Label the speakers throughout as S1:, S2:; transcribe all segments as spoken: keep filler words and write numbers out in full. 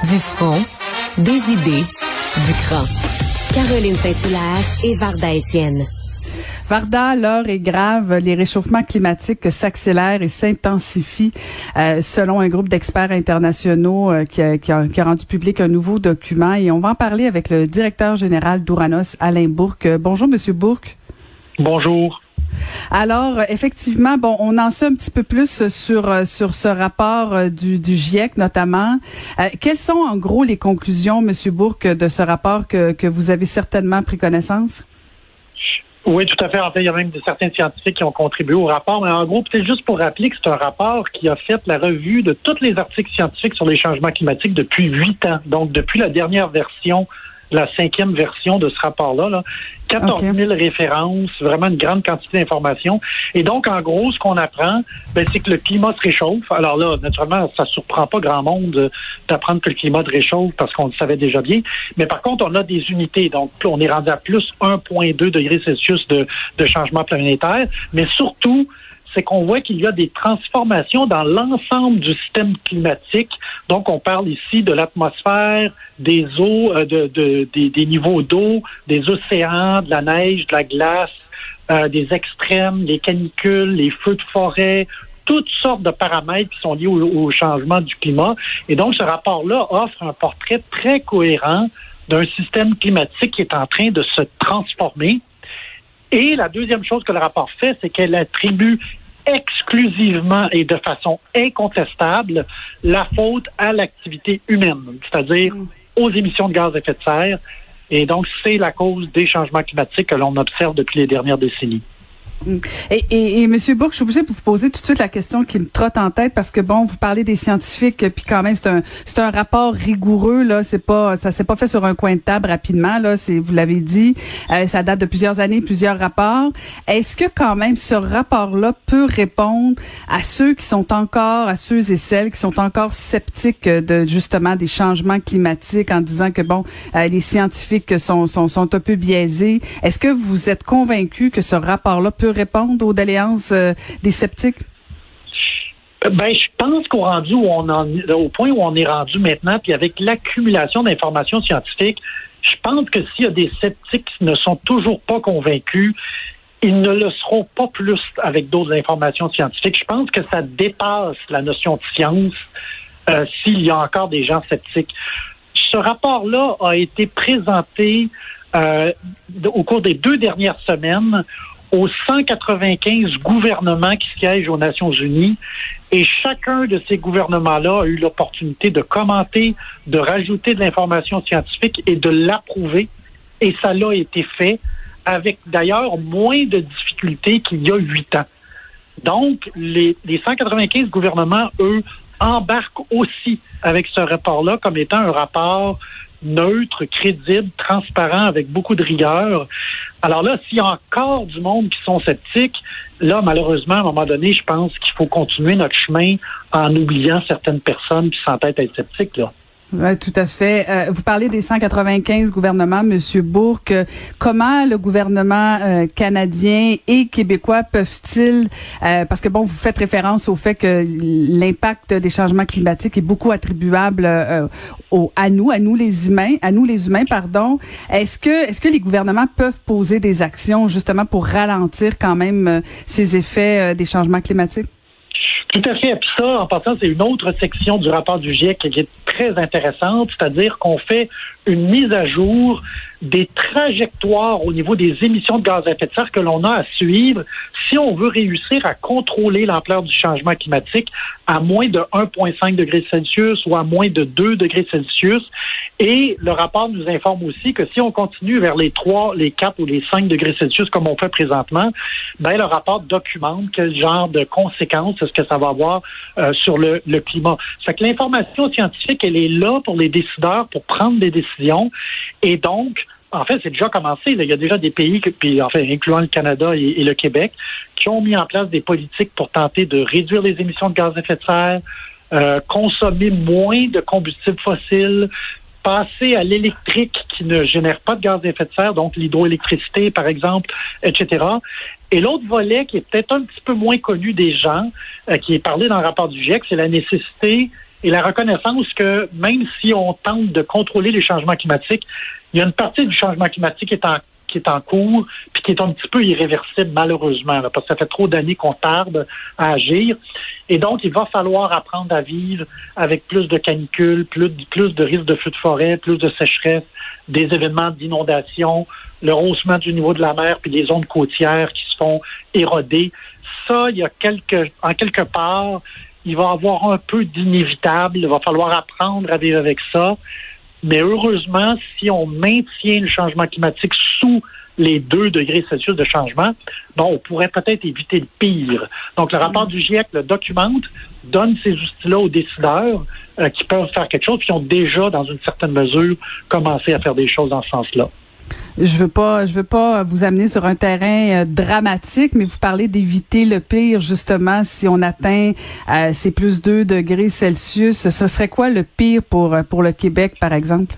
S1: Du front, des idées, du cran. Caroline Saint-Hilaire et Varda Étienne.
S2: Varda, l'heure est grave. Les réchauffements climatiques s'accélèrent et s'intensifient euh, selon un groupe d'experts internationaux euh, qui, a, qui, a, qui a rendu public un nouveau document. Et on va en parler avec le directeur général d'Ouranos, Alain Bourque. Bonjour, Monsieur Bourque.
S3: Bonjour.
S2: Alors, effectivement, bon, on en sait un petit peu plus sur sur ce rapport du, du GIEC notamment. Euh, quelles sont en gros les conclusions, Monsieur Bourque, de ce rapport que, que vous avez certainement pris connaissance?
S3: Oui, tout à fait. En fait, il y a même certains scientifiques qui ont contribué au rapport. Mais en gros, peut-être juste pour rappeler que c'est un rapport qui a fait la revue de tous les articles scientifiques sur les changements climatiques depuis huit ans. Donc, depuis la dernière version, la cinquième version de ce rapport-là, là, quatorze mille okay. références, vraiment une grande quantité d'informations. Et donc, en gros, ce qu'on apprend, ben, c'est que le climat se réchauffe. Alors là, naturellement, ça surprend pas grand monde d'apprendre que le climat se réchauffe parce qu'on le savait déjà bien. Mais par contre, on a des unités. Donc, on est rendu à plus un virgule deux degrés Celsius de, de changement planétaire. Mais surtout, c'est qu'on voit qu'il y a des transformations dans l'ensemble du système climatique. Donc, on parle ici de l'atmosphère, des eaux, euh, de, de, des, des niveaux d'eau, des océans, de la neige, de la glace, euh, des extrêmes, les canicules, les feux de forêt, toutes sortes de paramètres qui sont liés au, au changement du climat. Et donc, ce rapport-là offre un portrait très cohérent d'un système climatique qui est en train de se transformer. Et la deuxième chose que le rapport fait, c'est qu'elle attribue exclusivement et de façon incontestable la faute à l'activité humaine, c'est-à-dire aux émissions de gaz à effet de serre. Et donc, c'est la cause des changements climatiques que l'on observe depuis les dernières décennies.
S2: Et, et, et Monsieur Bourque, je suis obligée de vous poser tout de suite la question qui me trotte en tête parce que bon, vous parlez des scientifiques, puis quand même c'est un c'est un rapport rigoureux là, c'est pas ça s'est pas fait sur un coin de table rapidement là, c'est vous l'avez dit, euh, ça date de plusieurs années, plusieurs rapports. Est-ce que quand même ce rapport-là peut répondre à ceux qui sont encore, à ceux et celles qui sont encore sceptiques de justement des changements climatiques en disant que bon, euh, les scientifiques sont sont sont un peu biaisés. Est-ce que vous êtes convaincu que ce rapport-là peut répondre aux doléances euh, des sceptiques?
S3: Ben, je pense qu'au rendu où on en, au point où on est rendu maintenant, puis avec l'accumulation d'informations scientifiques, je pense que s'il y a des sceptiques qui ne sont toujours pas convaincus, ils ne le seront pas plus avec d'autres informations scientifiques. Je pense que ça dépasse la notion de science euh, s'il y a encore des gens sceptiques. Ce rapport-là a été présenté euh, au cours des deux dernières semaines aux cent quatre-vingt-quinze gouvernements qui siègent aux Nations Unies. Et chacun de ces gouvernements-là a eu l'opportunité de commenter, de rajouter de l'information scientifique et de l'approuver. Et ça l'a été fait avec d'ailleurs moins de difficultés qu'il y a huit ans. Donc, les, les cent quatre-vingt-quinze gouvernements, eux, embarquent aussi avec ce rapport-là comme étant un rapport neutre, crédible, transparent, avec beaucoup de rigueur. Alors là, s'il y a encore du monde qui sont sceptiques, là, malheureusement, à un moment donné, je pense qu'il faut continuer notre chemin en oubliant certaines personnes qui s'entêtent à être sceptiques, là.
S2: Oui, tout à fait. Euh, vous parlez des cent quatre-vingt-quinze gouvernements, Monsieur Bourque. Comment le gouvernement euh, canadien et québécois peuvent-ils, euh, parce que bon, vous faites référence au fait que l'impact des changements climatiques est beaucoup attribuable euh, au, à nous, à nous les humains, à nous les humains, pardon. Est-ce que, est-ce que les gouvernements peuvent poser des actions justement pour ralentir quand même euh, ces effets euh, des changements climatiques?
S3: Tout à fait. Puis ça, en passant, c'est une autre section du rapport du GIEC qui est très intéressante, c'est-à-dire qu'on fait une mise à jour des trajectoires au niveau des émissions de gaz à effet de serre que l'on a à suivre si on veut réussir à contrôler l'ampleur du changement climatique à moins de un virgule cinq degrés Celsius ou à moins de deux degrés Celsius. Et le rapport nous informe aussi que si on continue vers les trois, les quatre ou les cinq degrés Celsius comme on fait présentement, ben le rapport documente quel genre de conséquences est-ce que ça va avoir euh, sur le, le climat. Ça fait que l'information scientifique, elle est là pour les décideurs pour prendre des décisions. Et donc, en fait, c'est déjà commencé. Là. Il y a déjà des pays, puis enfin, incluant le Canada et, et le Québec, qui ont mis en place des politiques pour tenter de réduire les émissions de gaz à effet de serre, euh, consommer moins de combustibles fossiles, passer à l'électrique qui ne génère pas de gaz à effet de serre, donc l'hydroélectricité, par exemple, et cetera. Et l'autre volet, qui est peut-être un petit peu moins connu des gens, euh, qui est parlé dans le rapport du GIEC, c'est la nécessité et la reconnaissance que même si on tente de contrôler les changements climatiques, il y a une partie du changement climatique qui est en qui est en cours, puis qui est un petit peu irréversible, malheureusement, là, parce que ça fait trop d'années qu'on tarde à agir. Et donc, il va falloir apprendre à vivre avec plus de canicules, plus, plus de risques de feux de forêt, plus de sécheresse, des événements d'inondation, le rehaussement du niveau de la mer, puis des zones côtières qui se font éroder. Ça, il y a quelque, en quelque part, il va y avoir un peu d'inévitable. Il va falloir apprendre à vivre avec ça. Mais heureusement, si on maintient le changement climatique sous les deux degrés Celsius de changement, bon, on pourrait peut-être éviter le pire. Donc, le rapport du GIEC le documente, donne ces outils-là aux décideurs euh, qui peuvent faire quelque chose, puis qui ont déjà, dans une certaine mesure, commencé à faire des choses dans ce sens-là.
S2: Je veux pas, je veux pas vous amener sur un terrain euh, dramatique, mais vous parlez d'éviter le pire, justement, si on atteint euh, ces plus deux degrés Celsius. Ce serait quoi le pire pour, pour le Québec, par exemple?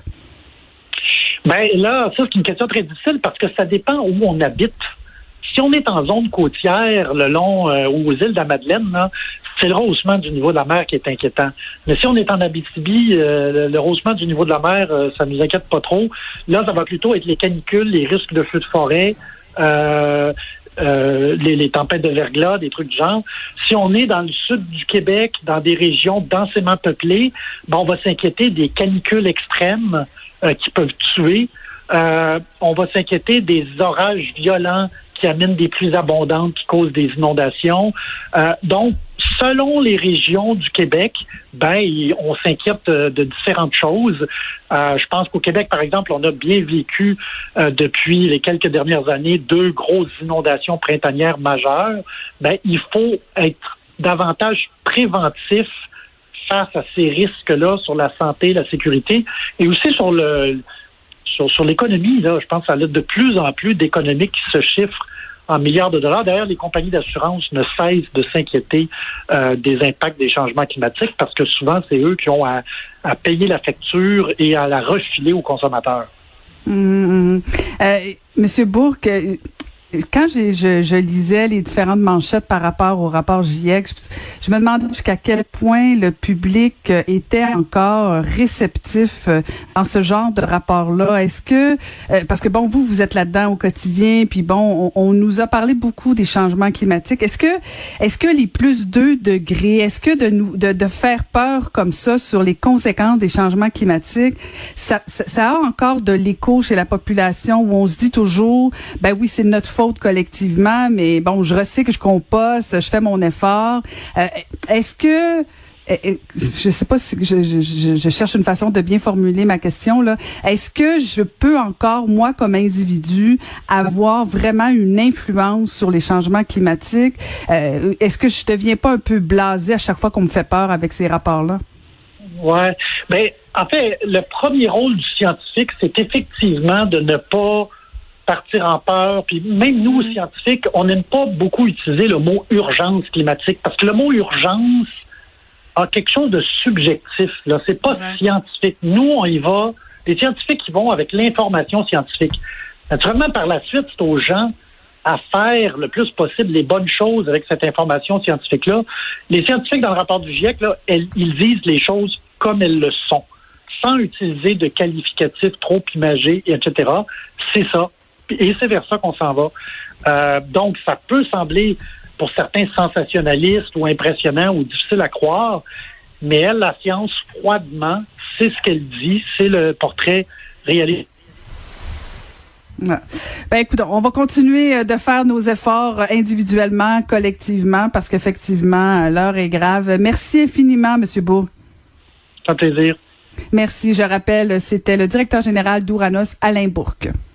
S3: Ben là, ça, c'est une question très difficile parce que ça dépend où on habite. Si on est en zone côtière, le long euh, aux îles de la Madeleine, là, c'est le rehaussement du niveau de la mer qui est inquiétant. Mais si on est en Abitibi, euh, le, le rehaussement du niveau de la mer, euh, ça nous inquiète pas trop. Là, ça va plutôt être les canicules, les risques de feux de forêt, euh, euh, les, les tempêtes de verglas, des trucs du genre. Si on est dans le sud du Québec, dans des régions densément peuplées, ben, on va s'inquiéter des canicules extrêmes euh, qui peuvent tuer. Euh, on va s'inquiéter des orages violents qui amènent des pluies abondantes, qui causent des inondations. Euh, donc, selon les régions du Québec, ben, on s'inquiète de différentes choses. Euh, je pense qu'au Québec, par exemple, on a bien vécu euh, depuis les quelques dernières années deux grosses inondations printanières majeures. Ben, il faut être davantage préventif face à ces risques-là sur la santé, la sécurité, et aussi sur le sur, sur l'économie. Là, je pense que ça a de plus en plus d'économies qui se chiffrent en milliards de dollars. D'ailleurs, les compagnies d'assurance ne cessent de s'inquiéter euh, des impacts des changements climatiques parce que souvent, c'est eux qui ont à, à payer la facture et à la refiler aux consommateurs.
S2: Mmh, mmh. Euh, Monsieur Bourque, quand j'ai, je, je lisais les différentes manchettes par rapport au rapport GIEC, je, je me demandais jusqu'à quel point le public était encore réceptif dans ce genre de rapport-là. Est-ce que, euh, parce que bon, vous, vous êtes là-dedans au quotidien, puis bon, on, on nous a parlé beaucoup des changements climatiques. Est-ce que, est-ce que les plus deux degrés, est-ce que de nous, de, de faire peur comme ça sur les conséquences des changements climatiques, ça, ça, ça a encore de l'écho chez la population où on se dit toujours, ben oui, c'est notre faute collectivement, mais bon, je recycle, je composte, je fais mon effort. Euh, est-ce que, euh, je sais pas si je, je, je cherche une façon de bien formuler ma question là. Est-ce que je peux encore, moi comme individu, avoir vraiment une influence sur les changements climatiques? Euh, est-ce que je deviens pas un peu blasé à chaque fois qu'on me fait peur avec ces rapports-là?
S3: Ouais, ben en fait, le premier rôle du scientifique, c'est effectivement de ne pas partir en peur. Puis même nous, mmh. scientifiques, on n'aime pas beaucoup utiliser le mot urgence climatique parce que le mot urgence a quelque chose de subjectif. Là, c'est pas mmh. scientifique. Nous, on y va. Les scientifiques, ils vont avec l'information scientifique. Naturellement, par la suite, c'est aux gens à faire le plus possible les bonnes choses avec cette information scientifique-là. Les scientifiques, dans le rapport du GIEC, là, elles, ils disent les choses comme elles le sont, sans utiliser de qualificatifs trop imagés, et cetera. C'est ça. Et c'est vers ça qu'on s'en va. Euh, donc, ça peut sembler, pour certains, sensationnaliste ou impressionnant ou difficile à croire, mais elle, la science, froidement, c'est ce qu'elle dit, c'est le portrait réaliste.
S2: Ouais. Ben écoute, on va continuer de faire nos efforts individuellement, collectivement, parce qu'effectivement, l'heure est grave. Merci infiniment, M. Bourque.
S3: C'est un plaisir.
S2: Merci. Je rappelle, c'était le directeur général d'Ouranos, Alain Bourque.